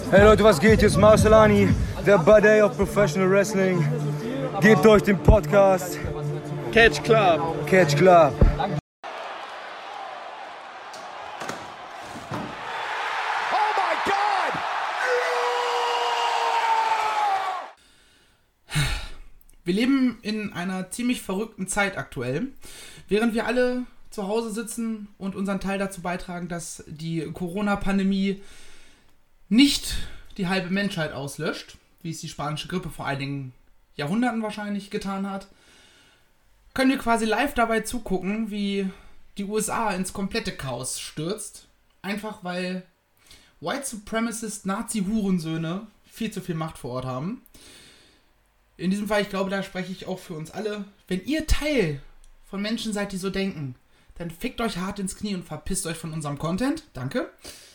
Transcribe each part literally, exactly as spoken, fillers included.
Hey Leute, was geht? Hier ist Marcelani, der Buddy of Professional Wrestling. Gebt euch den Podcast Catch Club. Catch Club. Wir leben in einer ziemlich verrückten Zeit aktuell, während wir alle zu Hause sitzen und unseren Teil dazu beitragen, dass die Corona-Pandemie nicht die halbe Menschheit auslöscht, wie es die spanische Grippe vor einigen Jahrhunderten wahrscheinlich getan hat, können wir quasi live dabei zugucken, wie die U S A ins komplette Chaos stürzt, einfach weil White Supremacist Nazi-Hurensöhne viel zu viel Macht vor Ort haben. In diesem Fall, ich glaube, da spreche ich auch für uns alle. Wenn ihr Teil von Menschen seid, die so denken, dann fickt euch hart ins Knie und verpisst euch von unserem Content. Danke.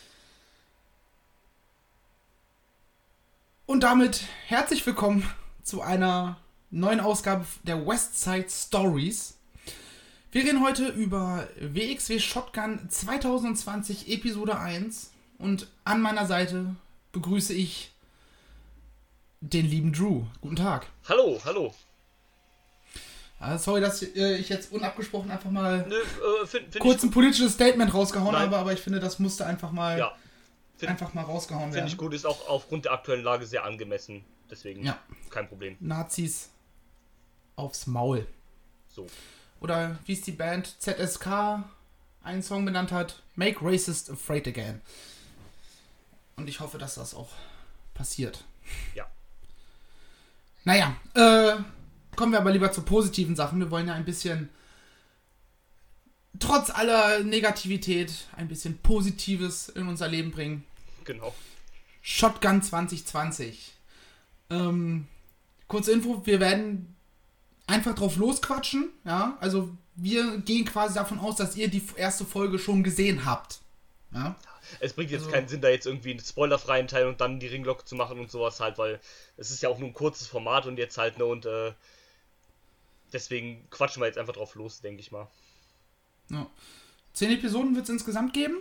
Und damit herzlich willkommen zu einer neuen Ausgabe der Westside Stories. Wir reden heute über W X W Shotgun zwanzig zwanzig Episode eins und an meiner Seite begrüße ich den lieben Drew. Guten Tag. Hallo, hallo. Ah, sorry, dass ich jetzt unabgesprochen einfach mal Nö, äh, find, find kurz ein politisches Statement rausgehauen Nein. habe, aber ich finde, das musste einfach mal, ja. find, einfach mal rausgehauen werden. Finde ich gut, ist auch aufgrund der aktuellen Lage sehr angemessen. Deswegen ja. Kein Problem. Nazis aufs Maul. So. Oder wie es die Band Z S K einen Song benannt hat, Make Racist Afraid Again. Und ich hoffe, dass das auch passiert. Ja. Naja, äh, kommen wir aber lieber zu positiven Sachen. Wir wollen ja ein bisschen, trotz aller Negativität, ein bisschen Positives in unser Leben bringen. Genau. Shotgun zwanzig zwanzig. Ähm, kurze Info, wir werden einfach drauf losquatschen. Ja, also wir gehen quasi davon aus, dass ihr die erste Folge schon gesehen habt. Ja. Es bringt jetzt also, keinen Sinn, da jetzt irgendwie einen spoilerfreien Teil und dann die Ringglocke zu machen und sowas halt, weil es ist ja auch nur ein kurzes Format und jetzt halt, ne, und äh, deswegen quatschen wir jetzt einfach drauf los, denke ich mal. Ja. Zehn Episoden wird es insgesamt geben.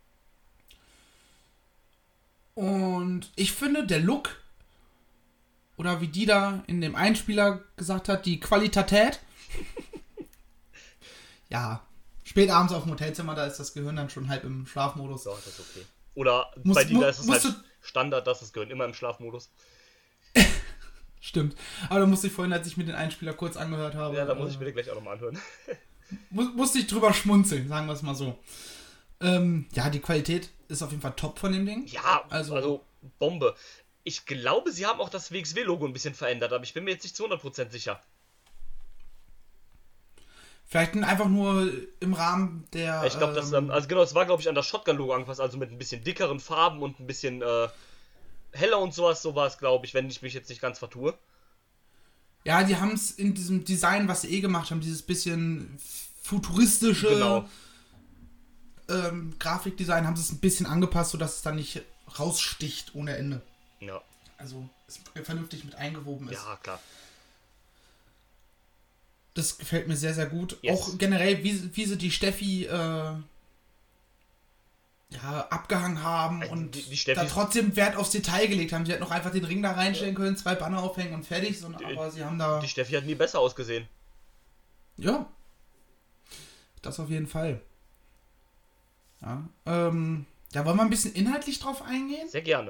Und ich finde, der Look, oder wie die da in dem Einspieler gesagt hat, die Qualität, ja, spät abends auf dem Hotelzimmer, da ist das Gehirn dann schon halb im Schlafmodus. Ja, das ist okay. Oder Muss, bei dir, da ist es halt du, Standard, dass das Gehirn immer im Schlafmodus. Stimmt. Aber da musste ich vorhin, als ich mir den Einspieler kurz angehört habe. Ja, da muss äh, ich mir den gleich auch nochmal anhören. Muss, musste ich drüber schmunzeln, sagen wir es mal so. Ähm, ja, die Qualität ist auf jeden Fall top von dem Ding. Ja, also, also Bombe. Ich glaube, sie haben auch das W X W-Logo ein bisschen verändert, aber ich bin mir jetzt nicht zu hundert Prozent sicher. Vielleicht einfach nur im Rahmen der... Ich glaube, das, ähm, also genau, es war, glaube ich, an das Shotgun-Logo angepasst, also mit ein bisschen dickeren Farben und ein bisschen äh, heller und sowas, so war es, glaube ich, wenn ich mich jetzt nicht ganz vertue. Ja, die haben es in diesem Design, was sie eh gemacht haben, dieses bisschen futuristische Genau. ähm, Grafikdesign, haben sie es ein bisschen angepasst, sodass es dann nicht raussticht ohne Ende. Ja. Also, es vernünftig mit eingewoben ist. Ja, klar. Das gefällt mir sehr, sehr gut. Yes. Auch generell, wie, wie sie die Steffi äh, ja, abgehangen haben Also und die, die Steffi da trotzdem Wert aufs Detail gelegt haben. Sie hätten noch einfach den Ring da reinstellen ja. können, zwei Banner aufhängen und fertig, sondern, Die, aber sie haben da... Die Steffi hat nie besser ausgesehen. Ja. Das auf jeden Fall. Ja, ähm, ja, wollen wir ein bisschen inhaltlich drauf eingehen? Sehr gerne.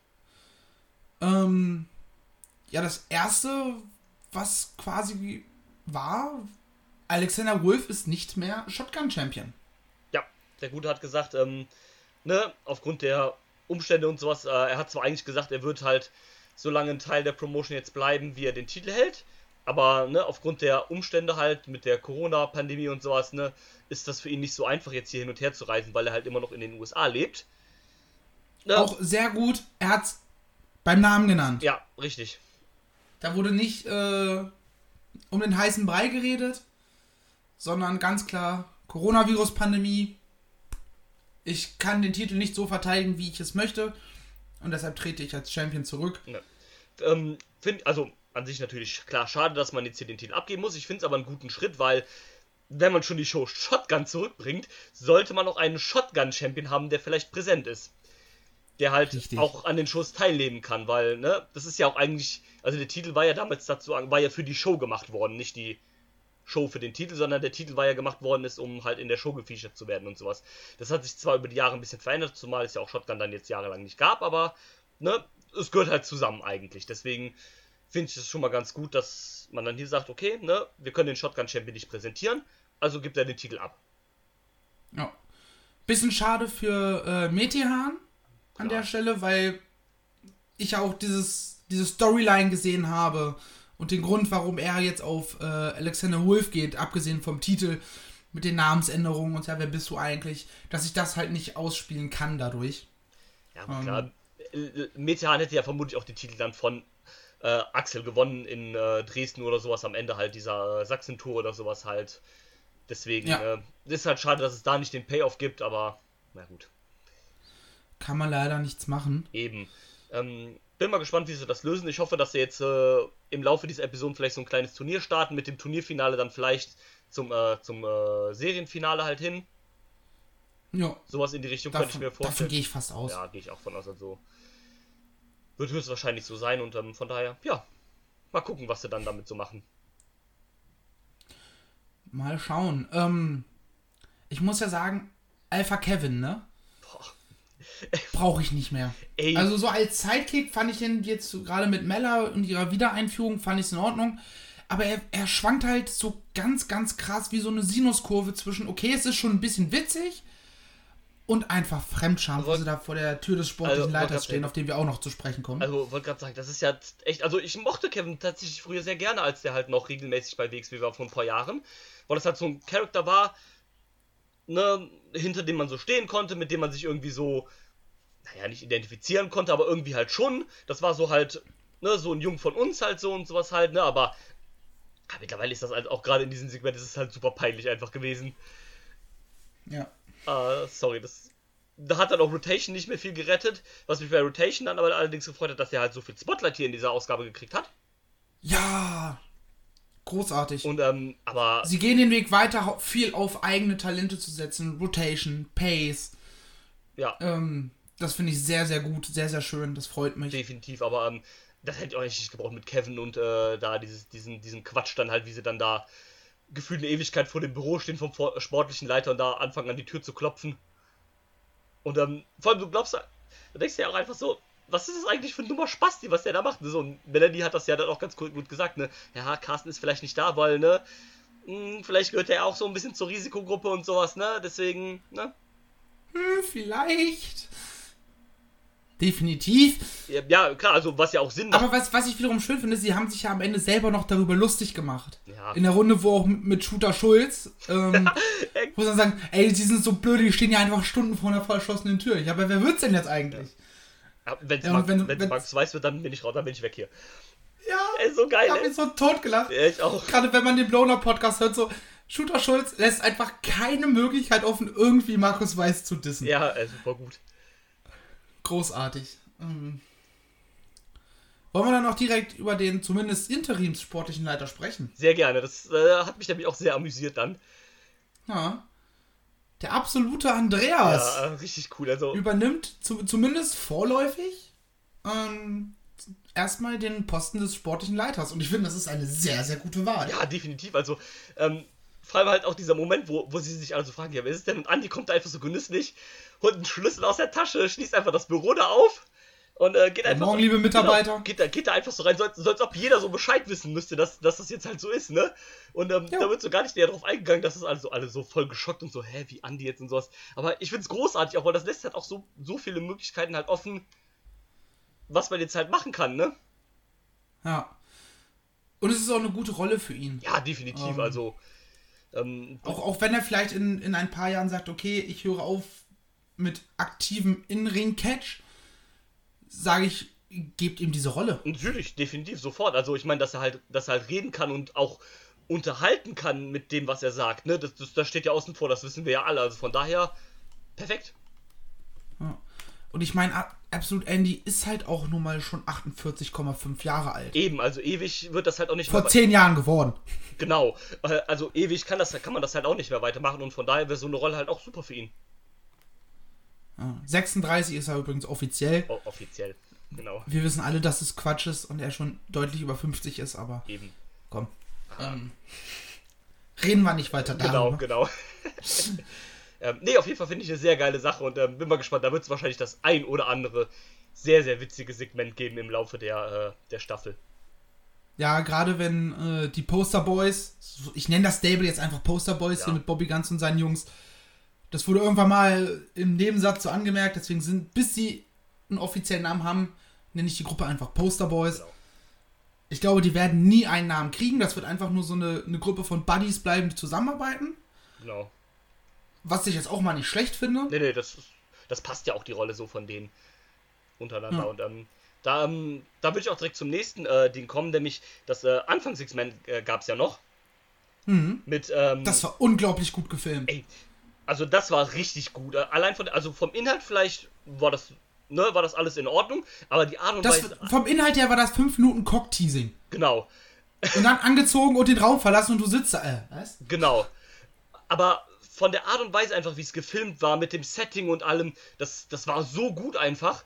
Ähm, ja, das erste, was quasi war, Alexander Wolf ist nicht mehr Shotgun-Champion. Ja, der Gute hat gesagt, ähm, ne, aufgrund der Umstände und sowas, äh, er hat zwar eigentlich gesagt, er wird halt so lange ein Teil der Promotion jetzt bleiben, wie er den Titel hält, aber, ne, aufgrund der Umstände halt mit der Corona-Pandemie und sowas, ne, ist das für ihn nicht so einfach, jetzt hier hin und her zu reisen, weil er halt immer noch in den U S A lebt. Ne? Auch sehr gut, er hat's beim Namen genannt. Ja, richtig. Da wurde nicht äh, um den heißen Brei geredet, sondern ganz klar Coronavirus-Pandemie. Ich kann den Titel nicht so verteidigen, wie ich es möchte, und deshalb trete ich als Champion zurück. Ne. Ähm, find, also an sich natürlich klar, schade, dass man jetzt hier den Titel abgeben muss. Ich finde es aber einen guten Schritt, weil wenn man schon die Show Shotgun zurückbringt, sollte man auch einen Shotgun-Champion haben, der vielleicht präsent ist. der halt Richtig. auch an den Shows teilnehmen kann, weil, ne, das ist ja auch eigentlich, also der Titel war ja damals dazu, war ja für die Show gemacht worden, nicht die Show für den Titel, sondern der Titel war ja gemacht worden, ist, um halt in der Show gefeatured zu werden und sowas. Das hat sich zwar über die Jahre ein bisschen verändert, zumal es ja auch Shotgun dann jetzt jahrelang nicht gab, aber, ne, es gehört halt zusammen eigentlich. Deswegen finde ich es schon mal ganz gut, dass man dann hier sagt, okay, ne, wir können den Shotgun Champion nicht präsentieren, also gibt er den Titel ab. Ja. Bisschen schade für äh, Metehan an Klar. der Stelle, weil ich ja auch dieses, diese Storyline gesehen habe und den Grund, warum er jetzt auf äh, Alexander Wolf geht, abgesehen vom Titel mit den Namensänderungen und ja, wer bist du eigentlich, dass ich das halt nicht ausspielen kann dadurch. Ja, aber klar, ähm, Metehan hätte ja vermutlich auch den Titel dann von äh, Axel gewonnen in äh, Dresden oder sowas am Ende halt dieser äh, Sachsen-Tour oder sowas halt. Deswegen Ja. äh, ist halt schade, dass es da nicht den Payoff gibt, aber na gut. Kann man leider nichts machen. Eben. Ähm, bin mal gespannt, wie sie das lösen. Ich hoffe, dass sie jetzt äh, im Laufe dieser Episode vielleicht so ein kleines Turnier starten, mit dem Turnierfinale dann vielleicht zum, äh, zum äh, Serienfinale halt hin. Ja, Sowas in die Richtung davon, könnte ich mir davon vorstellen. gehe ich fast aus. Ja, gehe ich auch von aus. Also wird höchstwahrscheinlich so sein und ähm, von daher, ja, mal gucken, was sie dann damit so machen. Mal schauen. Ähm, ich muss ja sagen, Alpha Kevin, ne? Boah. Brauche ich nicht mehr. Ey. Also so als Sidekick fand ich ihn jetzt so gerade mit Mella und ihrer Wiedereinführung fand ich es in Ordnung. Aber er, er schwankt halt so ganz, ganz krass wie so eine Sinuskurve zwischen, okay, es ist schon ein bisschen witzig und einfach Fremdscham, Also, wo sie da vor der Tür des sportlichen also, Leiters wollte stehen, grad auf den wir auch noch zu sprechen kommen. Also, wollte gerade sagen, das ist ja echt, also ich mochte Kevin tatsächlich früher sehr gerne, als der halt noch regelmäßig bei W X W war vor ein paar Jahren, weil das halt so ein Charakter war, ne, hinter dem man so stehen konnte, mit dem man sich irgendwie so, naja, nicht identifizieren konnte, aber irgendwie halt schon. Das war so halt, ne, so ein Jung von uns halt so und sowas halt, ne, aber ja, mittlerweile ist das halt auch gerade in diesem Segment, ist es halt super peinlich einfach gewesen. Ja. Uh, sorry, das. Da hat dann auch Rotation nicht mehr viel gerettet, was mich bei Rotation dann aber allerdings gefreut hat, dass er halt so viel Spotlight hier in dieser Ausgabe gekriegt hat. Ja. Großartig. Und, ähm, aber. Sie gehen den Weg weiter, hau- viel auf eigene Talente zu setzen. Rotation, Pace. Ja, Ähm, das finde ich sehr, sehr gut. Sehr, sehr schön. Das freut mich. definitiv, aber, ähm, das hätte ich auch nicht gebraucht mit Kevin und, äh, da dieses, diesen, diesen Quatsch dann halt, wie sie dann da gefühlt eine Ewigkeit vor dem Büro stehen vom vor- sportlichen Leiter und da anfangen an die Tür zu klopfen. Und, ähm, vor allem, du glaubst, du denkst ja auch einfach so, was ist das eigentlich für ein dummer Spasti, was der da macht? So, und Melanie hat das ja dann auch ganz gut, gut gesagt, ne? Ja, Carsten ist vielleicht nicht da, weil, ne? Mh, vielleicht gehört er auch so ein bisschen zur Risikogruppe und sowas, ne? Deswegen, ne? Hm, vielleicht. Definitiv. Ja, ja, klar, also was ja auch Sinn macht. Aber was, was ich wiederum schön finde, sie haben sich ja am Ende selber noch darüber lustig gemacht. Ja. In der Runde, wo auch mit Shooter Schulz, ähm, wo sie dann sagen, ey, die sind so blöd, die stehen ja einfach Stunden vor einer verschlossenen Tür. Ja, aber wer wird's denn jetzt eigentlich? Ja, wenn's Ja, Max, und wenn- wenn's wenn's- Max weiß wird, dann bin ich raus, dann bin ich weg hier. Ja, Ey, so geil, ich hab ey. mich so tot gelacht. Ja, ich auch. Gerade wenn man den Bloner-Podcast hört, so, Shooter Schulz lässt einfach keine Möglichkeit offen, irgendwie Markus Weiß zu dissen. Ja, äh, super gut. Großartig. Ähm, wollen wir dann auch direkt über den zumindest interimssportlichen Leiter sprechen? Sehr gerne. Das äh, hat mich nämlich auch sehr amüsiert dann. Ja. Der absolute Andreas Ja, äh, richtig cool. Also, übernimmt zu, zumindest vorläufig ähm, erstmal den Posten des sportlichen Leiters. Und ich finde, das ist eine sehr, sehr gute Wahl. ja, definitiv. Also, ähm, vor allem halt auch dieser Moment, wo, wo sie sich alle so fragen, ja, wer ist es denn? Und Andi kommt da einfach so genüsslich, holt einen Schlüssel aus der Tasche, schließt einfach das Büro da auf und äh, geht einfach Morgen, so, liebe Mitarbeiter. Genau, geht, da, geht da einfach so rein, so, als- so als ob jeder so Bescheid wissen müsste, dass, dass das jetzt halt so ist, ne? Und ähm, Ja. da wird so gar nicht näher drauf eingegangen, dass das alle so, alle so voll geschockt und so, hä, wie Andi jetzt und sowas. Aber ich find's großartig, auch weil das lässt halt auch so, so viele Möglichkeiten halt offen, was man jetzt halt machen kann, ne? Ja. Und es ist auch eine gute Rolle für ihn. Ja, definitiv, Ähm. also. Ähm, Auch, auch wenn er vielleicht in, in ein paar Jahren sagt, okay, ich höre auf mit aktivem In-Ring-Catch, sage ich, gebt ihm diese Rolle. Natürlich, definitiv, sofort. Also ich meine, dass er halt, dass er halt reden kann und auch unterhalten kann mit dem, was er sagt, ne? Das, das, das steht ja außen vor, das wissen wir ja alle. Also von daher, perfekt. Ja. Und ich meine, A- Absolute Andy ist halt auch nun mal schon achtundvierzig Komma fünf Jahre alt. Eben, also ewig wird das halt auch nicht Vor mehr. zehn Jahren geworden. Genau. Äh, Also ewig kann das, kann man das halt auch nicht mehr weitermachen und von daher wäre so eine Rolle halt auch super für ihn. Ja. sechsunddreißig ist er übrigens offiziell. O- offiziell, genau. Wir wissen alle, dass es Quatsch ist und er schon deutlich über fünfzig ist, aber Eben. komm. Ähm, reden wir nicht weiter darüber. Genau, genau. ähm, nee, auf jeden Fall finde ich eine sehr geile Sache und ähm, bin mal gespannt. Da wird es wahrscheinlich das ein oder andere sehr, sehr witzige Segment geben im Laufe der, äh, der Staffel. Ja, gerade wenn äh, die Posterboys, ich nenne das Stable jetzt einfach Posterboys, Ja. hier mit Bobby Guns und seinen Jungs, das wurde irgendwann mal im Nebensatz so angemerkt, deswegen sind, bis sie einen offiziellen Namen haben, nenne ich die Gruppe einfach Posterboys. Genau. Ich glaube, die werden nie einen Namen kriegen, das wird einfach nur so eine, eine Gruppe von Buddies bleiben, die zusammenarbeiten, Genau. was ich jetzt auch mal nicht schlecht finde. Nee, nee, das, das passt ja auch die Rolle so von denen untereinander. Ja. Und ähm, da, ähm, da würde ich auch direkt zum nächsten äh, Ding kommen, nämlich das äh, Anfangs-X-Men äh, gab es ja noch. Mhm. Mit, ähm, Das war unglaublich gut gefilmt. ey, also das war richtig gut. Äh, Allein von, also vom Inhalt vielleicht war das, ne, war das alles in Ordnung, aber die Art und Das, Weise, vom Inhalt her war das fünf Minuten Cock-Teasing. genau, Und dann angezogen und den Raum verlassen und du sitzt da. Äh, was? genau. Aber von der Art und Weise einfach, wie es gefilmt war, mit dem Setting und allem, das, das war so gut einfach.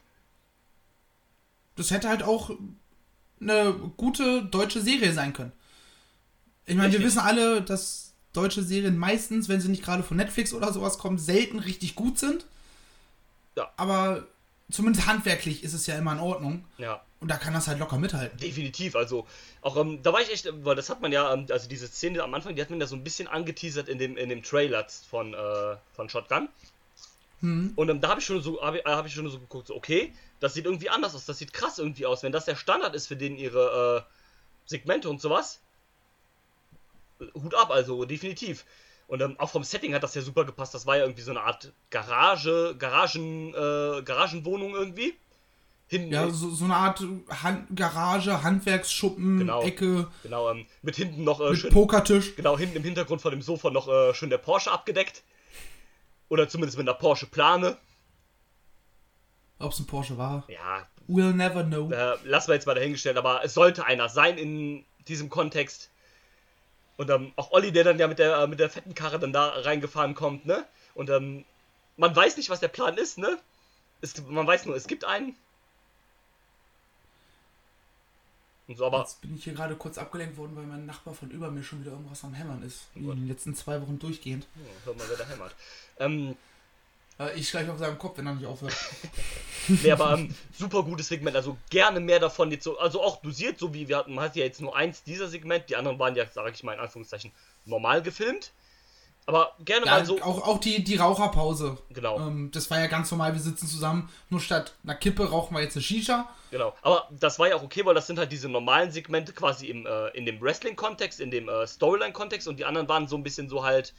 Das hätte halt auch eine gute deutsche Serie sein können. Ich meine, wir Richtig. wissen alle, dass deutsche Serien meistens, wenn sie nicht gerade von Netflix oder sowas kommen, selten richtig gut sind. Ja. Aber zumindest handwerklich ist es ja immer in Ordnung. Ja. Und da kann das halt locker mithalten. Definitiv, also auch, ähm, da war ich echt, weil das hat man ja, ähm, also diese Szene am Anfang, die hat man ja so ein bisschen angeteasert in dem, in dem Trailer von, äh, von Shotgun. Hm. Und ähm, da habe ich schon so, habe ich, äh, hab ich schon so geguckt, so, okay, das sieht irgendwie anders aus, das sieht krass irgendwie aus, wenn das der Standard ist für denen ihre äh, Segmente und sowas. Hut ab, also definitiv. Und ähm, auch vom Setting hat das ja super gepasst, das war ja irgendwie so eine Art Garage, Garagen, äh, Garagenwohnung irgendwie. Hinten, Ja, so, so eine Art Han- Garage, Handwerksschuppen, Genau. Ecke genau, ähm, mit hinten noch äh, mit schön. Pokertisch. Genau, hinten im Hintergrund von dem Sofa noch äh, schön der Porsche abgedeckt. Oder zumindest mit einer Porsche Plane. Ob es ein Porsche war. Ja, We'll never know. äh, lassen wir jetzt mal dahingestellt, aber es sollte einer sein in diesem Kontext. Und ähm, auch Olli, der dann ja mit der, äh, mit der fetten Karre dann da reingefahren kommt, ne? Und ähm, man weiß nicht, was der Plan ist, ne? Es, man weiß nur, es gibt einen. Und so, aber Jetzt bin ich hier gerade kurz abgelenkt worden, weil mein Nachbar von über mir schon wieder irgendwas am Hämmern ist. Wie Gott. in den letzten zwei Wochen durchgehend. oh, hör mal, wer da hämmert. Ähm, Äh, ich gleich auf seinem Kopf, wenn er nicht aufhört. Nee, aber ähm, super gutes Segment, also gerne mehr davon jetzt so, also auch dosiert, so wie wir hatten, man hat ja jetzt nur eins dieser Segment, die anderen waren ja, sage ich mal in Anführungszeichen, normal gefilmt, aber gerne Ja, mal so, auch, auch die, die Raucherpause. genau, Ähm, das war ja ganz normal, wir sitzen zusammen, nur statt einer Kippe rauchen wir jetzt eine Shisha. genau, aber das war ja auch okay, weil das sind halt diese normalen Segmente quasi im, äh, in dem Wrestling-Kontext, in dem äh, Storyline-Kontext und die anderen waren so ein bisschen so halt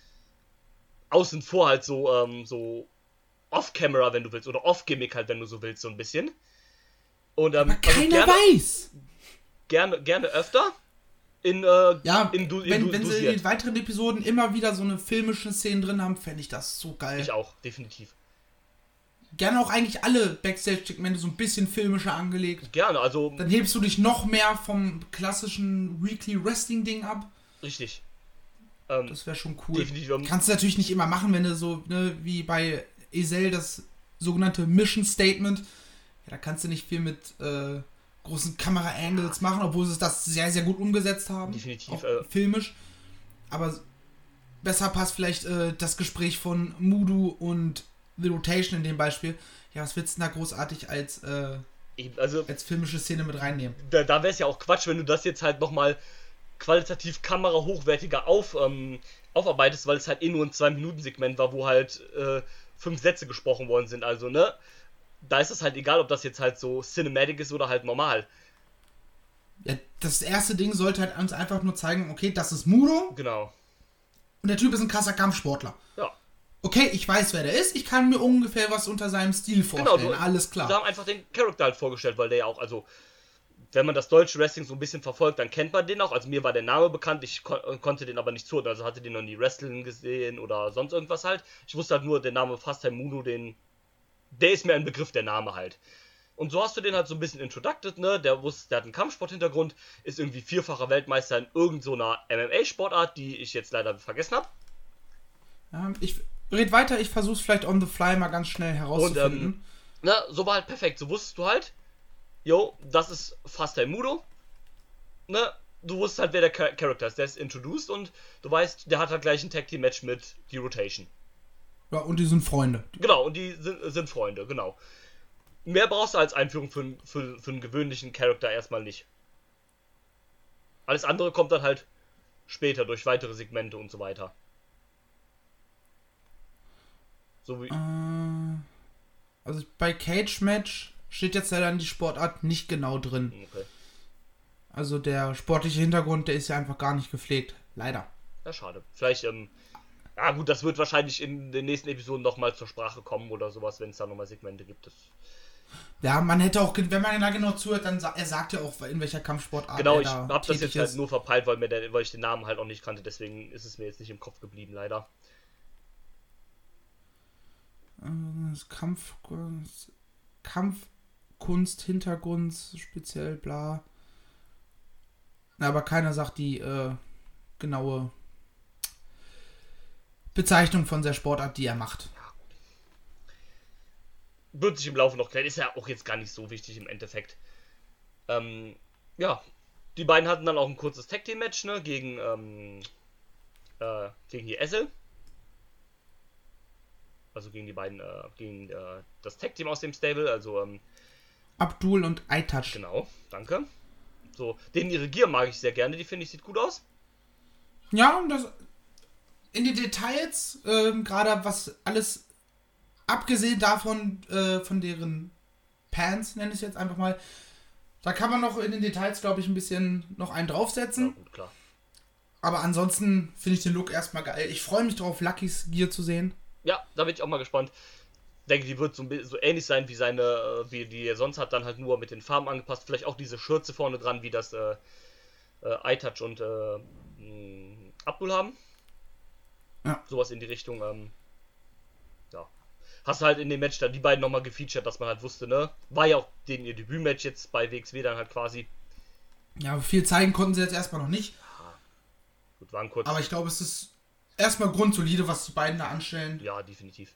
außen vor halt so, ähm, so off-camera, wenn du willst, oder off-gimmick halt, wenn du so willst, so ein bisschen. Und, ähm, Aber keiner also gerne, weiß. gerne, gerne öfter in, äh, Ja, in, du, in wenn, du, wenn sie in dosiert. den weiteren Episoden immer wieder so eine filmische Szenen drin haben, fände ich das so geil. Ich auch, definitiv. Gerne auch eigentlich alle Backstage-Segmente so ein bisschen filmischer angelegt. Gerne, also Dann hebst du dich noch mehr vom klassischen Weekly Wrestling-Ding ab. richtig. Ähm, Das wäre schon cool. definitiv. Ähm, Kannst du natürlich nicht immer machen, wenn du so, ne, wie bei Ezel das sogenannte Mission Statement. Ja, da kannst du nicht viel mit äh, großen Kamera-Angles machen, obwohl sie das sehr, sehr gut umgesetzt haben. Definitiv, Auch äh, filmisch. Aber besser passt vielleicht äh, das Gespräch von Mudu und The Rotation in dem Beispiel. Ja, was willst du denn da großartig als, äh, eben, also als filmische Szene mit reinnehmen? da, da wäre es ja auch Quatsch, wenn du das jetzt halt nochmal qualitativ Kamera hochwertiger auf, ähm, aufarbeitest, weil es halt eh nur ein zwei Minuten Segment war, wo halt äh, fünf Sätze gesprochen worden sind. Also, ne? Da ist es halt egal, ob das jetzt halt so Cinematic ist oder halt normal. Ja, das erste Ding sollte halt uns einfach nur zeigen, okay, das ist Mudo Genau. und der Typ ist ein krasser Kampfsportler. Ja. Okay, ich weiß, wer der ist, ich kann mir ungefähr was unter seinem Stil vorstellen, Genau, du- alles Sie klar. haben einfach den Charakter halt vorgestellt, weil der ja auch, also, wenn man das deutsche Wrestling so ein bisschen verfolgt, dann kennt man den auch. Also mir war der Name bekannt, ich kon konnte den aber nicht zuordnen, also hatte den noch nie Wrestling gesehen oder sonst irgendwas halt. Ich wusste halt nur, der Name Fasttime Mudo, den, der ist mir ein Begriff, der Name halt. Und so hast du den halt so ein bisschen introducted, ne? Der wusste, der hat einen Kampfsport-Hintergrund, ist irgendwie vierfacher Weltmeister in irgendeiner so M M A-Sportart, die ich jetzt leider vergessen habe. Ja, ich red weiter, ich versuch's vielleicht on the fly mal ganz schnell herauszufinden. Und, ähm, na, so war halt perfekt. So wusstest du halt, yo, das ist fast ein Mudo. Ne, du wusstest halt, wer der Char- Charakter ist. Der ist introduced und du weißt, der hat halt gleich ein Tag-Team-Match mit die Rotation. Ja, und die sind Freunde. Genau, und die sind, sind Freunde, genau. Mehr brauchst du als Einführung für, für, für einen gewöhnlichen Charakter erstmal nicht. Alles andere kommt dann halt später durch weitere Segmente und so weiter. So wie. Äh, also bei Cage Match steht jetzt leider die Sportart nicht genau drin. Okay. Also der sportliche Hintergrund, der ist ja einfach gar nicht gepflegt. Leider. Ja, schade. Vielleicht, ähm. Ja, gut, das wird wahrscheinlich in den nächsten Episoden nochmal zur Sprache kommen oder sowas, wenn es da nochmal Segmente gibt. Das Ja, man hätte auch, wenn man da genau zuhört, dann sa- er sagt ja auch, in welcher Kampfsportart Genau, er ich da hab das tätig jetzt halt ist. nur verpeilt, weil, mir der, weil ich den Namen halt auch nicht kannte, deswegen ist es mir jetzt nicht im Kopf geblieben, leider. Äh, Kampf, Kampfkunst, Hintergrund, speziell, bla. Na, aber keiner sagt die äh, genaue Bezeichnung von der Sportart, die er macht. Wird sich im Laufe noch klären, ist ja auch jetzt gar nicht so wichtig im Endeffekt. Ähm, ja, die beiden hatten dann auch ein kurzes Tag-Team-Match, ne, gegen, ähm, äh, gegen die Essel. Also gegen die beiden, äh, gegen äh, das Tag-Team aus dem Stable, also, ähm, Abdul und iTouch. genau, danke. So, denen ihre Gear mag ich sehr gerne, die finde ich, sieht gut aus. Ja, und das in die Details, ähm, gerade was alles, abgesehen davon, äh, von deren Pants, nenne ich es jetzt einfach mal, da kann man noch in den Details, glaube ich, ein bisschen noch einen draufsetzen. Ja, gut, klar. Aber ansonsten finde ich den Look erstmal geil. Ich freue mich drauf, Luckys Gear zu sehen. Ja, da bin ich auch mal gespannt. Ich denke, die wird so, ein bisschen, so ähnlich sein wie seine, äh, wie die er sonst hat, dann halt nur mit den Farben angepasst. Vielleicht auch diese Schürze vorne dran, wie das äh, äh, iTouch und äh, mh, Abdul haben. Ja. Sowas in die Richtung. Ähm, ja. Hast du halt in dem Match dann die beiden nochmal gefeatured, dass man halt wusste, ne? War ja auch denen ihr Debütmatch jetzt bei W X W dann halt quasi. Ja, aber viel zeigen konnten sie jetzt erstmal noch nicht. Gut, waren kurz. Aber ich glaube, es ist erstmal grundsolide, was die beiden da anstellen. Ja, definitiv.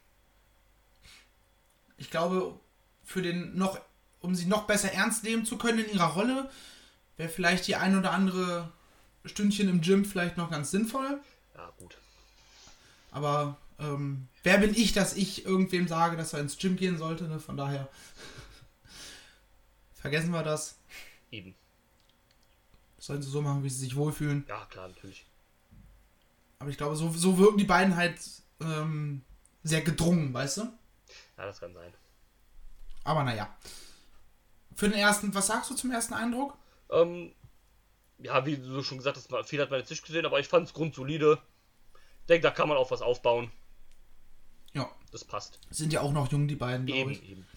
Ich glaube, für den noch, um sie noch besser ernst nehmen zu können in ihrer Rolle, wäre vielleicht die ein oder andere Stündchen im Gym vielleicht noch ganz sinnvoll. Ja, gut. Aber ähm, wer bin ich, dass ich irgendwem sage, dass er ins Gym gehen sollte, ne? Von daher vergessen wir das. Eben. Sollen sie so machen, wie sie sich wohlfühlen. Ja, klar, natürlich. Aber ich glaube, so, so wirken die beiden halt ähm, sehr gedrungen, weißt du? Ja, das kann sein. Aber naja. Für den ersten, was sagst du zum ersten Eindruck? Ähm, ja, wie du schon gesagt hast, viel hat man jetzt nicht gesehen, aber ich fand es grundsolide. Ich denke, da kann man auch was aufbauen. Ja. Das passt. Sind ja auch noch jung, die beiden, glaube Eben, ich. eben.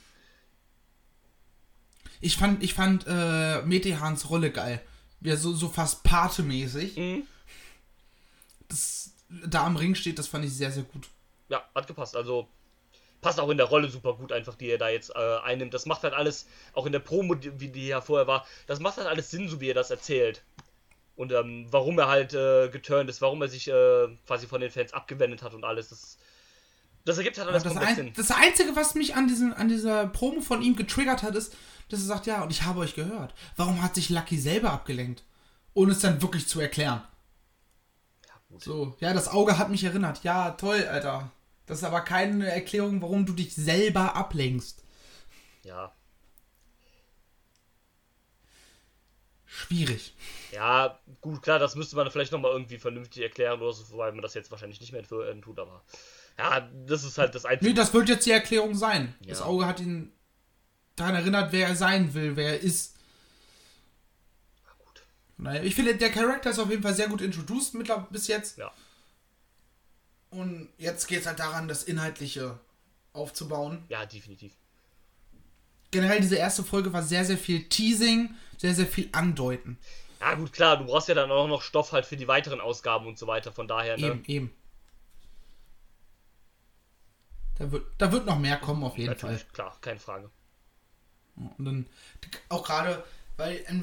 Ich fand, ich fand äh, Metehans Rolle geil. Ja, so, so fast Pate-mäßig. Mhm. Das da am Ring steht, das fand ich sehr, sehr gut. Ja, hat gepasst. Also, passt auch in der Rolle super gut einfach, die er da jetzt äh, einnimmt. Das macht halt alles, auch in der Promo, die, wie die ja vorher war, das macht halt alles Sinn, so wie er das erzählt. Und ähm, warum er halt äh, geturnt ist, warum er sich äh, quasi von den Fans abgewendet hat und alles. Das, das ergibt halt alles das, komplett ein, Sinn. das Einzige, was mich an, diesem, an dieser Promo von ihm getriggert hat, ist, dass er sagt, ja, und ich habe euch gehört. Warum hat sich Lucky selber abgelenkt? Ohne es dann wirklich zu erklären. Ja, gut. So, ja, das Auge hat mich erinnert. Ja, toll, Alter. Das ist aber keine Erklärung, warum du dich selber ablenkst. Ja. Schwierig. Ja, gut, klar, das müsste man vielleicht nochmal irgendwie vernünftig erklären oder so, wobei man das jetzt wahrscheinlich nicht mehr tut, aber ja, das ist halt das Einzige. Nee, das wird jetzt die Erklärung sein. Ja. Das Auge hat ihn daran erinnert, wer er sein will, wer er ist. Ja, gut. Naja, ich finde, der Charakter ist auf jeden Fall sehr gut introduced mittlerweile bis jetzt. Ja. Und jetzt geht es halt daran, das Inhaltliche aufzubauen. Ja, definitiv. Generell, diese erste Folge war sehr, sehr viel Teasing, sehr, sehr viel Andeuten. Ja, gut, klar, du brauchst ja dann auch noch Stoff halt für die weiteren Ausgaben und so weiter, von daher, ne? Eben, eben. Da wird, da wird noch mehr kommen, auf jeden Natürlich, Fall. klar, keine Frage. Und dann auch gerade, weil im,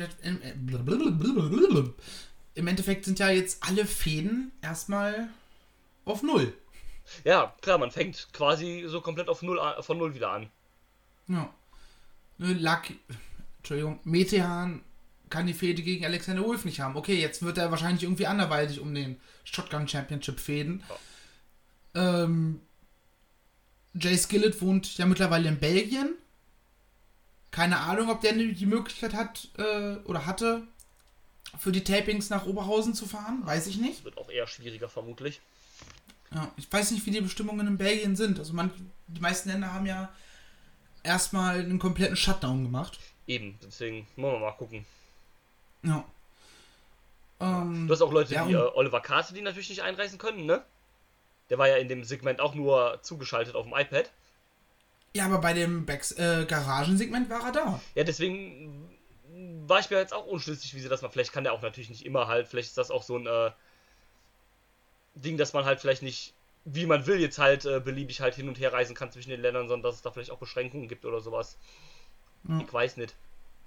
im, im Endeffekt sind ja jetzt alle Fäden erstmal auf Null. Ja, klar, man fängt quasi so komplett auf null, an- von null wieder an. Ja. Ne, Lucky, Entschuldigung, Metehan kann die Fehde gegen Alexander Wolf nicht haben. Okay, jetzt wird er wahrscheinlich irgendwie anderweitig um den Shotgun Championship fäden. Ja. Ähm, Jay Skillett wohnt ja mittlerweile in Belgien. Keine Ahnung, ob der die Möglichkeit hat äh, oder hatte, für die Tapings nach Oberhausen zu fahren. Weiß ich nicht. Das wird auch eher schwieriger, vermutlich. Ja, ich weiß nicht, wie die Bestimmungen in Belgien sind. Also man, die meisten Länder haben ja erstmal einen kompletten Shutdown gemacht. Eben, deswegen wollen wir mal gucken. Ja. Ähm, du hast auch Leute ja, wie äh, Oliver Karte, die natürlich nicht einreisen können, ne? Der war ja in dem Segment auch nur zugeschaltet auf dem iPad. Ja, aber bei dem Backs, äh, Garagensegment war er da. Ja, deswegen war ich mir jetzt auch unschlüssig, wie sie das mal. Vielleicht kann der auch natürlich nicht immer halt. Vielleicht ist das auch so ein äh, Ding, dass man halt vielleicht nicht, wie man will, jetzt halt äh, beliebig halt hin und her reisen kann zwischen den Ländern, sondern dass es da vielleicht auch Beschränkungen gibt oder sowas. Ja. Ich weiß nicht.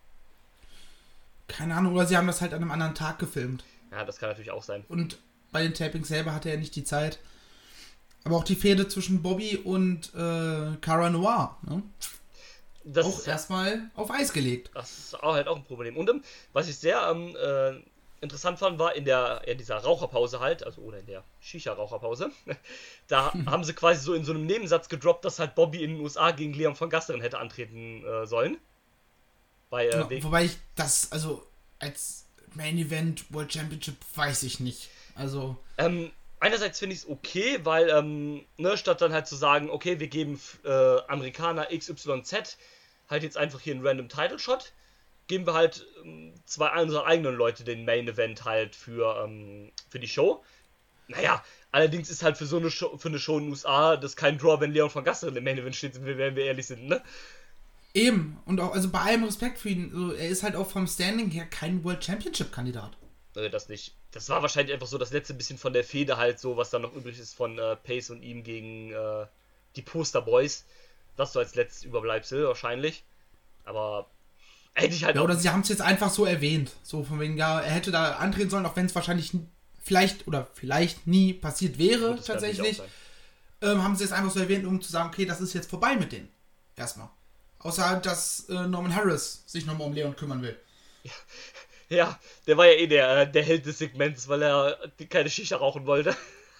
Keine Ahnung, oder sie haben das halt an einem anderen Tag gefilmt. Ja, das kann natürlich auch sein. Und bei den Tapings selber hatte er nicht die Zeit. Aber auch die Fehde zwischen Bobby und äh, Cara Noir, ne? Das auch erstmal auf Eis gelegt. Das ist auch halt auch ein Problem. Und ähm, was ich sehr ähm, äh, interessant fand, war in der in dieser Raucherpause halt, also oder in der Shisha-Raucherpause, da haben sie quasi so in so einem Nebensatz gedroppt, dass halt Bobby in den U S A gegen Leon von Gasteren hätte antreten äh, sollen. Bei, äh, ja, wobei ich das, also als Main Event World Championship weiß ich nicht. Also. Ähm, einerseits finde ich es okay, weil, ähm, ne, statt dann halt zu sagen, okay, wir geben äh, Amerikaner X Y Z halt jetzt einfach hier einen random Title Shot, geben wir halt ähm, zwei unserer eigenen Leute den Main Event halt für, ähm, für die Show. Naja, allerdings ist halt für so eine Show, für eine Show in den U S A das kein Draw, wenn Leon von Gasteren im Main Event steht, wenn wir ehrlich sind, ne? Eben, und auch, also bei allem Respekt für ihn, so, er ist halt auch vom Standing her kein World Championship Kandidat. Äh, das nicht. Das war wahrscheinlich einfach so das letzte bisschen von der Fehde halt so, was dann noch übrig ist von äh, Pace und ihm gegen äh, die Poster Boys. Das so als letztes Überbleibsel wahrscheinlich. Aber hätte ich halt ja, auch... Oder sie haben es jetzt einfach so erwähnt. So von wegen, ja, er hätte da antreten sollen, auch wenn es wahrscheinlich vielleicht oder vielleicht nie passiert wäre, Gut, tatsächlich. Ähm, haben sie es einfach so erwähnt, um zu sagen, okay, das ist jetzt vorbei mit denen. Erstmal. Außer halt, dass äh, Norman Harris sich nochmal um Leon kümmern will. Ja. Ja, der war ja eh der, der Held des Segments, weil er keine Shisha rauchen wollte.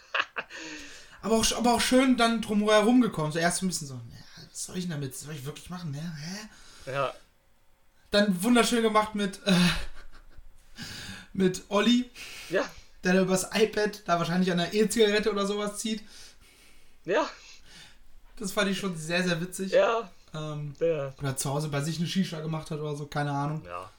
aber, auch, aber auch schön dann drumherum gekommen. So erst ein bisschen so, ja, was soll ich denn damit? Was soll ich wirklich machen? Ne? Hä? Ja. Dann wunderschön gemacht mit äh, mit Olli. Ja. Der da übers iPad da wahrscheinlich an einer E-Zigarette oder sowas zieht. Ja. Das fand ich schon sehr, sehr witzig. Ja. Ähm, ja. Oder zu Hause bei sich eine Shisha gemacht hat oder so, keine Ahnung. Ja.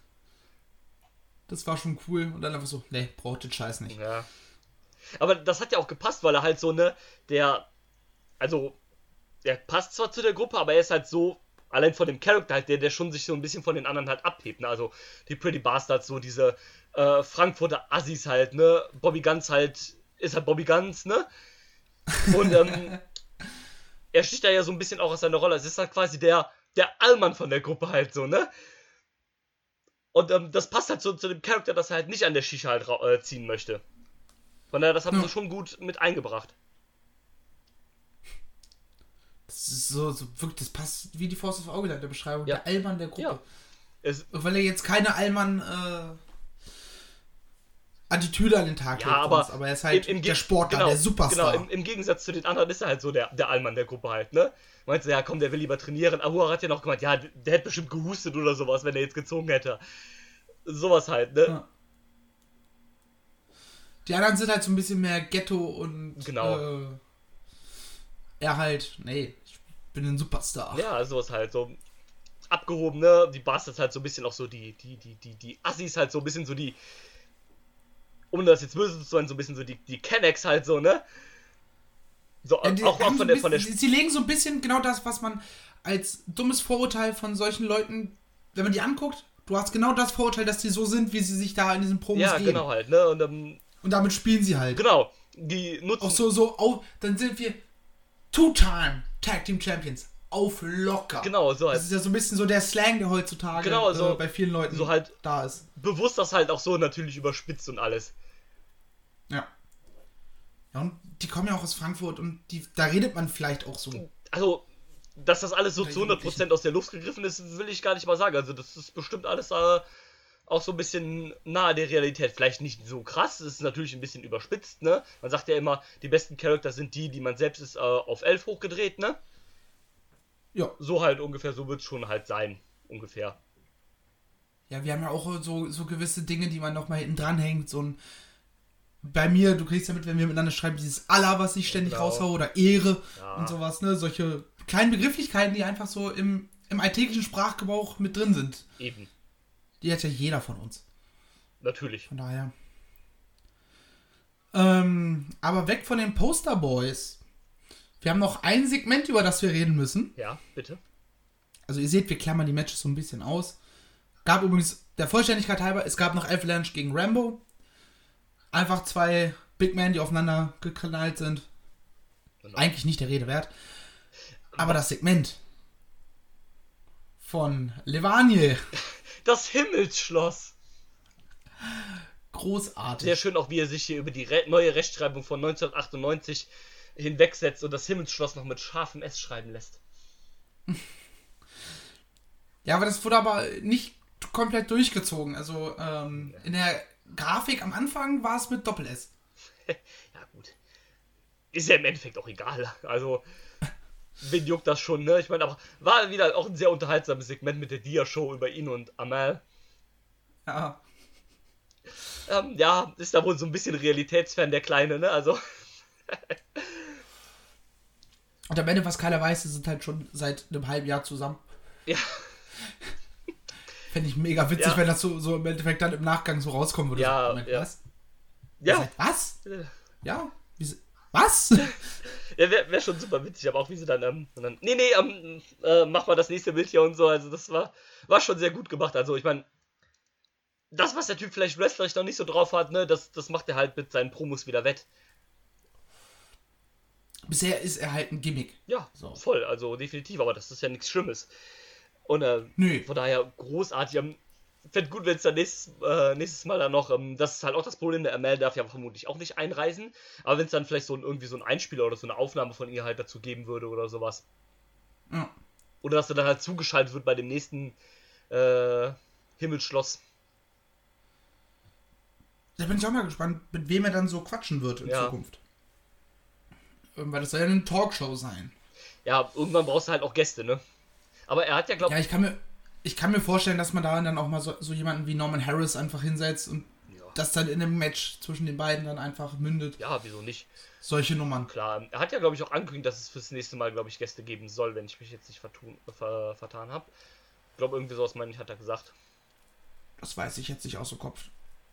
Das war schon cool. Und dann einfach so, ne, braucht den Scheiß nicht. Ja. Aber das hat ja auch gepasst, weil er halt so, ne, der, also, der passt zwar zu der Gruppe, aber er ist halt so, allein von dem Charakter halt, der, der schon sich so ein bisschen von den anderen halt abhebt, ne, also die Pretty Bastards, so diese äh, Frankfurter Assis halt, ne, Bobby Guns halt, ist halt Bobby Guns, ne, und, ähm, er sticht da ja so ein bisschen auch aus seiner Rolle, es ist halt quasi der, der Allmann von der Gruppe halt so, ne. Und ähm, das passt halt so zu dem Charakter, dass er halt nicht an der Shisha halt äh, ziehen möchte. Von daher, das haben ja. sie schon gut mit eingebracht. Das ist so, so wirklich, das passt wie die Faust aufs Auge der Beschreibung. Ja. Der Allmann der Gruppe. Ja. Es, Weil er jetzt keine Allmann äh, Attitüde an den Tag ja, aber, aber er ist halt im, im der Sportler, genau, der Superstar. Genau, im, im Gegensatz zu den anderen ist er halt so der, der Allmann der Gruppe halt, ne? Meinst du, ja komm, der will lieber trainieren. Ahura hat ja noch gemeint, ja, der hätte bestimmt gehustet oder sowas, wenn er jetzt gezogen hätte. Sowas halt, ne? Ja. Die anderen sind halt so ein bisschen mehr Ghetto und genau. äh, er halt, nee, ich bin ein Superstar. Ja, sowas halt, so abgehoben, ne? Die Bastards halt so ein bisschen auch so die, die, die, die, die Assis halt so ein bisschen so die, um das jetzt böse zu sein, so ein bisschen so die, die Kennex halt so, ne? So, ja, die, auch, auch von, der, von der... Sie, sie legen so ein bisschen genau das, was man als dummes Vorurteil von solchen Leuten, wenn man die anguckt, du hast genau das Vorurteil, dass die so sind, wie sie sich da in diesen Promos ja, geben. Ja, genau halt, ne? Und, ähm, und damit spielen sie halt. Genau. Die nutzen... Auch so, so, oh, dann sind wir Two-Time Tag Team Champions. Auf locker. Genau, so halt. Das ist ja so ein bisschen so der Slang, der heutzutage genau, so, äh, bei vielen Leuten so halt da ist. Bewusst das halt auch so natürlich überspitzt und alles. Ja. Ja, und die kommen ja auch aus Frankfurt und die, da redet man vielleicht auch so. Also, dass das alles so Bei zu hundert Prozent aus der Luft gegriffen ist, will ich gar nicht mal sagen. Also, das ist bestimmt alles äh, auch so ein bisschen nahe der Realität. Vielleicht nicht so krass, es ist natürlich ein bisschen überspitzt, ne? Man sagt ja immer, die besten Charakter sind die, die man selbst ist äh, auf elf hochgedreht, ne? Ja. So halt ungefähr, so wird es schon halt sein, ungefähr. Ja, wir haben ja auch so, so gewisse Dinge, die man noch mal hinten dran hängt. So ein, bei mir, du kriegst ja mit, wenn wir miteinander schreiben, dieses Allah, was ich ständig Genau. raushaue, oder Ehre Ja. und sowas, ne? Solche kleinen Begrifflichkeiten, die einfach so im, im alltäglichen Sprachgebrauch mit drin sind. Eben, Die hat ja jeder von uns. natürlich. Von daher. Ähm, aber weg von den Posterboys. Wir haben noch ein Segment, über das wir reden müssen. Ja, bitte. Also ihr seht, wir klammern die Matches so ein bisschen aus. Gab übrigens, der Vollständigkeit halber, es gab noch Avalanche gegen Rambo. Einfach zwei Big Men, die aufeinander geknallt sind. Genau. Eigentlich nicht der Rede wert. Aber das Segment von Levaniel, Das Himmelsschloss. großartig. Sehr schön auch, wie er sich hier über die Re neue Rechtschreibung von neunzehnhundertachtundneunzig hinwegsetzt und das Himmelsschloss noch mit scharfem S schreiben lässt. Ja, aber das wurde aber nicht komplett durchgezogen. Also ähm, in der Grafik am Anfang war es mit Doppel-S. Ja, gut. Ist ja im Endeffekt auch egal. Also, wen juckt das schon, ne? Ich meine, aber war wieder auch ein sehr unterhaltsames Segment mit der Dia-Show über ihn und Amal. Ja. Ähm, ja, ist da wohl so ein bisschen Realitätsfan, der Kleine, ne? Also, Und am Ende, was keiner weiß, sie sind halt schon seit einem halben Jahr zusammen. ja, Fände ich mega witzig, Ja. wenn das so, so im Endeffekt dann im Nachgang so rauskommen würde. Ja, So, Moment, ja. was? ja. Seid- Was? Ja? Wie se- Was? Ja, wäre wär schon super witzig, aber auch wie sie dann, ähm, und dann nee, nee, ähm, äh, mach mal das nächste Bild hier und so, also das war, war schon sehr gut gemacht, also ich meine, das, was der Typ vielleicht wrestlerisch noch nicht so drauf hat, ne, das, das macht er halt mit seinen Promos wieder wett. Bisher ist er halt ein Gimmick. Ja, So. voll, also definitiv, aber das ist ja nichts Schlimmes. Und äh, Nö. von daher großartig, ähm, fände gut, wenn es dann nächstes, äh, nächstes Mal dann noch, ähm, das ist halt auch das Problem, der Amal darf ja vermutlich auch nicht einreisen, aber wenn es dann vielleicht so ein, irgendwie so ein Einspieler oder so eine Aufnahme von ihr halt dazu geben würde oder sowas. Ja. Oder dass er dann halt zugeschaltet wird bei dem nächsten äh, Himmelsschloss. Da bin ich auch mal gespannt, mit wem er dann so quatschen wird in Ja. Zukunft. Ähm, Weil das soll ja eine Talkshow sein. Ja, irgendwann brauchst du halt auch Gäste, ne? Aber er hat ja, glaub Ja, ich kann mir, ich kann mir vorstellen, dass man da dann auch mal so, so jemanden wie Norman Harris einfach hinsetzt und ja, das dann in einem Match zwischen den beiden dann einfach mündet. ja, wieso nicht? Solche Nummern. Klar, er hat ja, glaube ich, auch angekündigt, dass es fürs nächste Mal, glaube ich, Gäste geben soll, wenn ich mich jetzt nicht vertun, ver, vertan habe. Ich glaube, irgendwie sowas, meine ich, hat er gesagt. Das weiß ich jetzt nicht aus dem Kopf.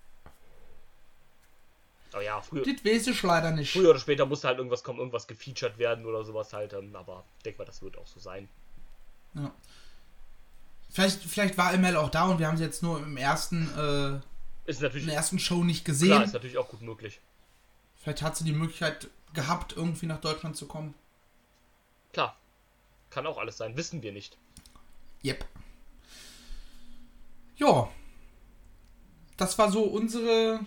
Aber ja, früher, Das weiß ich leider nicht. früher oder später musste halt irgendwas kommen, irgendwas gefeatured werden oder sowas halt. ähm, Aber ich denke mal, das wird auch so sein. Ja. Vielleicht, vielleicht war Emel auch da und wir haben sie jetzt nur im ersten, äh, Ist in natürlich, der ersten Show nicht gesehen. klar, ist natürlich auch gut möglich. Vielleicht hat sie die Möglichkeit gehabt, irgendwie nach Deutschland zu kommen. Klar, kann auch alles sein, wissen wir nicht. Yep. Ja. Das war so unsere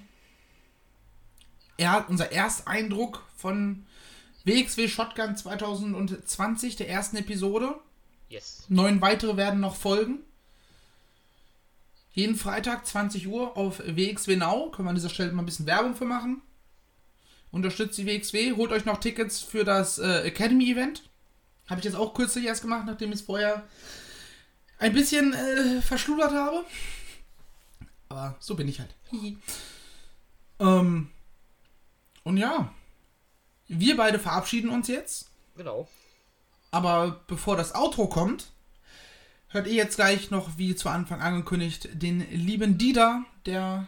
er, unser Ersteindruck von W X W Shotgun zwanzig zwanzig, der ersten Episode. Yes. Neun weitere werden noch folgen. Jeden Freitag zwanzig Uhr auf W X W Now. Können wir an dieser Stelle mal ein bisschen Werbung für machen. Unterstützt die W X W. Holt euch noch Tickets für das äh, Academy-Event. Habe ich jetzt auch kürzlich erst gemacht, nachdem ich es vorher ein bisschen äh, verschludert habe. Aber so bin ich halt. ähm, und ja. Wir beide verabschieden uns jetzt. Genau. Aber bevor das Outro kommt, hört ihr jetzt gleich noch, wie zu Anfang angekündigt, den lieben Dieter, der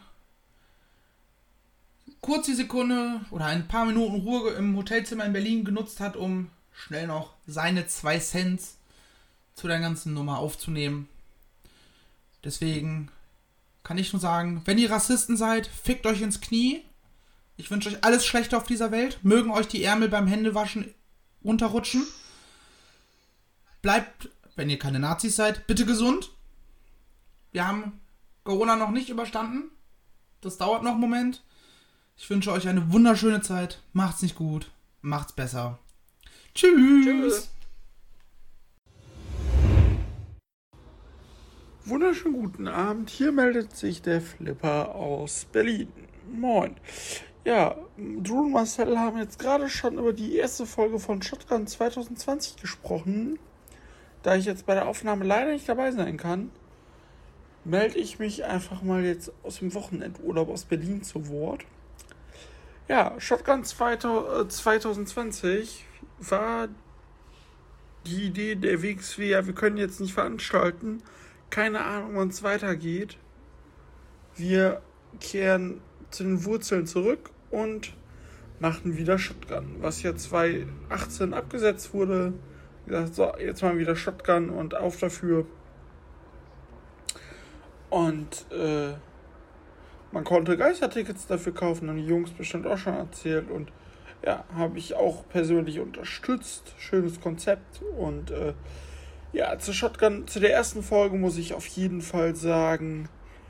kurz die Sekunde oder ein paar Minuten Ruhe im Hotelzimmer in Berlin genutzt hat, um schnell noch seine zwei Cents zu der ganzen Nummer aufzunehmen. Deswegen kann ich nur sagen, wenn ihr Rassisten seid, fickt euch ins Knie. Ich wünsche euch alles Schlechte auf dieser Welt. Mögen euch die Ärmel beim Händewaschen unterrutschen. Bleibt, wenn ihr keine Nazis seid, bitte gesund. Wir haben Corona noch nicht überstanden. Das dauert noch einen Moment. Ich wünsche euch eine wunderschöne Zeit. Macht's nicht gut, macht's besser. Tschüss. Tschüss. Wunderschönen guten Abend. Hier meldet sich der Flipper aus Berlin. Moin. Ja, Drew und Marcel haben jetzt gerade schon über die erste Folge von Shotgun zwanzig zwanzig gesprochen. Da ich jetzt bei der Aufnahme leider nicht dabei sein kann, melde ich mich einfach mal jetzt aus dem Wochenendurlaub aus Berlin zu Wort. Ja, Shotgun zwanzig zwanzig war die Idee der W X W, ja, wir können jetzt nicht veranstalten, keine Ahnung, wann es weitergeht. Wir kehren zu den Wurzeln zurück und machen wieder Shotgun, was ja zwanzig achtzehn abgesetzt wurde. Wie gesagt, so, jetzt mal wieder Shotgun und auf dafür. Und äh, man konnte Geistertickets dafür kaufen, haben die Jungs bestimmt auch schon erzählt. Und ja, habe ich auch persönlich unterstützt. Schönes Konzept. Und äh, ja, zu Shotgun, zu der ersten Folge muss ich auf jeden Fall sagen,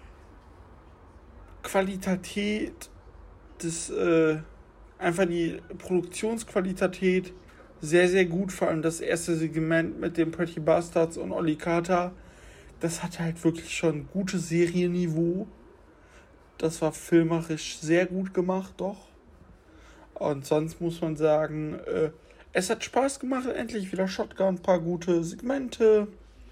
Qualität des, äh, einfach die Produktionsqualität sehr, sehr gut. Vor allem das erste Segment mit den Pretty Bastards und Olli Carter. Das hatte halt wirklich schon gutes Serienniveau. Das war filmerisch sehr gut gemacht, doch. Und sonst muss man sagen, äh, es hat Spaß gemacht. Endlich wieder Shotgun, ein paar gute Segmente.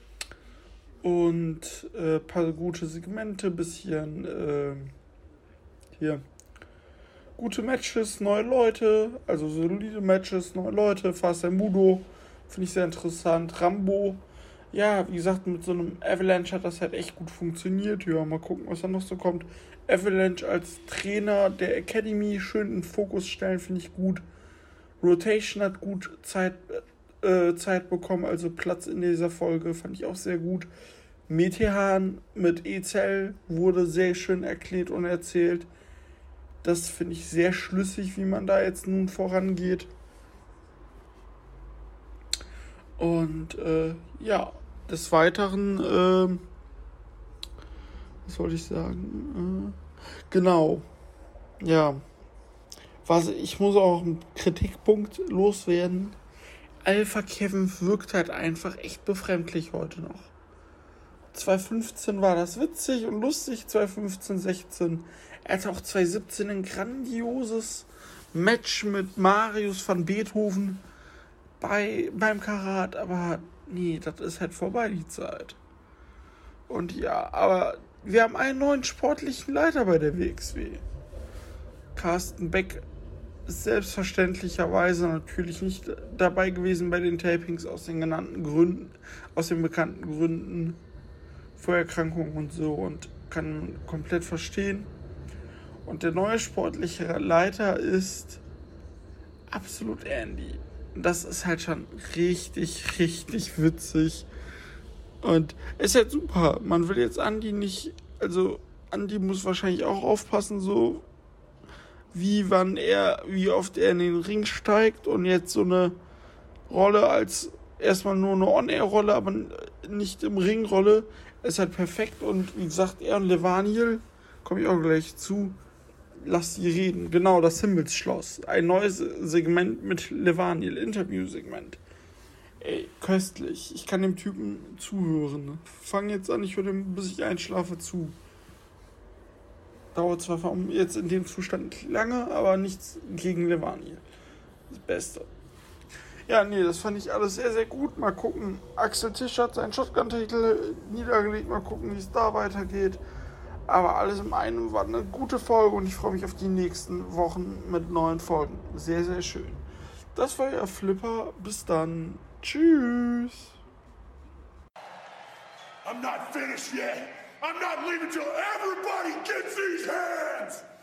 Und ein äh, paar gute Segmente, bisschen äh, hier gute Matches, neue Leute, also solide Matches, neue Leute. Fast Mudo finde ich sehr interessant. Rambo, ja, wie gesagt, mit so einem Avalanche hat das halt echt gut funktioniert. Ja, mal gucken, was da noch so kommt. Avalanche als Trainer der Academy schön in den Fokus stellen, finde ich gut. Rotation hat gut Zeit, äh, Zeit bekommen, also Platz in dieser Folge, fand ich auch sehr gut. Metehan mit Ezel wurde sehr schön erklärt und erzählt. Das finde ich sehr schlüssig, wie man da jetzt nun vorangeht. Und äh, ja, des Weiteren, äh, was wollte ich sagen? Äh, genau, ja, was, ich muss auch einen Kritikpunkt loswerden. Alpha Kevin wirkt halt einfach echt befremdlich heute noch. zwanzig fünfzehn war das witzig und lustig, zwanzig fünfzehn, sechzehn. Er hatte auch zwanzig siebzehn ein grandioses Match mit Marius van Beethoven bei, beim Karat, aber nee, das ist halt vorbei, die Zeit. Und ja, aber wir haben einen neuen sportlichen Leiter bei der W X W. Carsten Beck ist selbstverständlicherweise natürlich nicht dabei gewesen bei den Tapings aus den genannten Gründen, aus den bekannten Gründen, Vorerkrankungen und so, und kann man komplett verstehen. Und der neue sportliche Leiter ist absolut Andy. Das ist halt schon richtig, richtig witzig. Und es ist halt super. Man will jetzt Andy nicht, also Andy muss wahrscheinlich auch aufpassen, so wie wann er, wie oft er in den Ring steigt, und jetzt so eine Rolle als erstmal nur eine On-Air-Rolle, aber nicht im Ring-Rolle, ist halt perfekt. Und wie gesagt, er und Levaniel, komme ich auch gleich zu, lasst die reden. Genau, das Himmelsschloss. Ein neues Segment mit Levaniel, Interview-Segment. Ey, köstlich. Ich kann dem Typen zuhören. Fang jetzt an, ich höre dem, bis ich einschlafe, zu. Dauert zwar jetzt in dem Zustand lange, aber nichts gegen Levaniel. Das Beste. Ja, nee, das fand ich alles sehr, sehr gut. Mal gucken. Axel Tisch hat seinen Shotgun-Titel niedergelegt. Mal gucken, wie es da weitergeht. Aber alles in einem war eine gute Folge und ich freue mich auf die nächsten Wochen mit neuen Folgen. Sehr, sehr schön. Das war ja Flipper. Bis dann. Tschüss. I'm not finished yet. I'm not leaving till everybody gets these hands.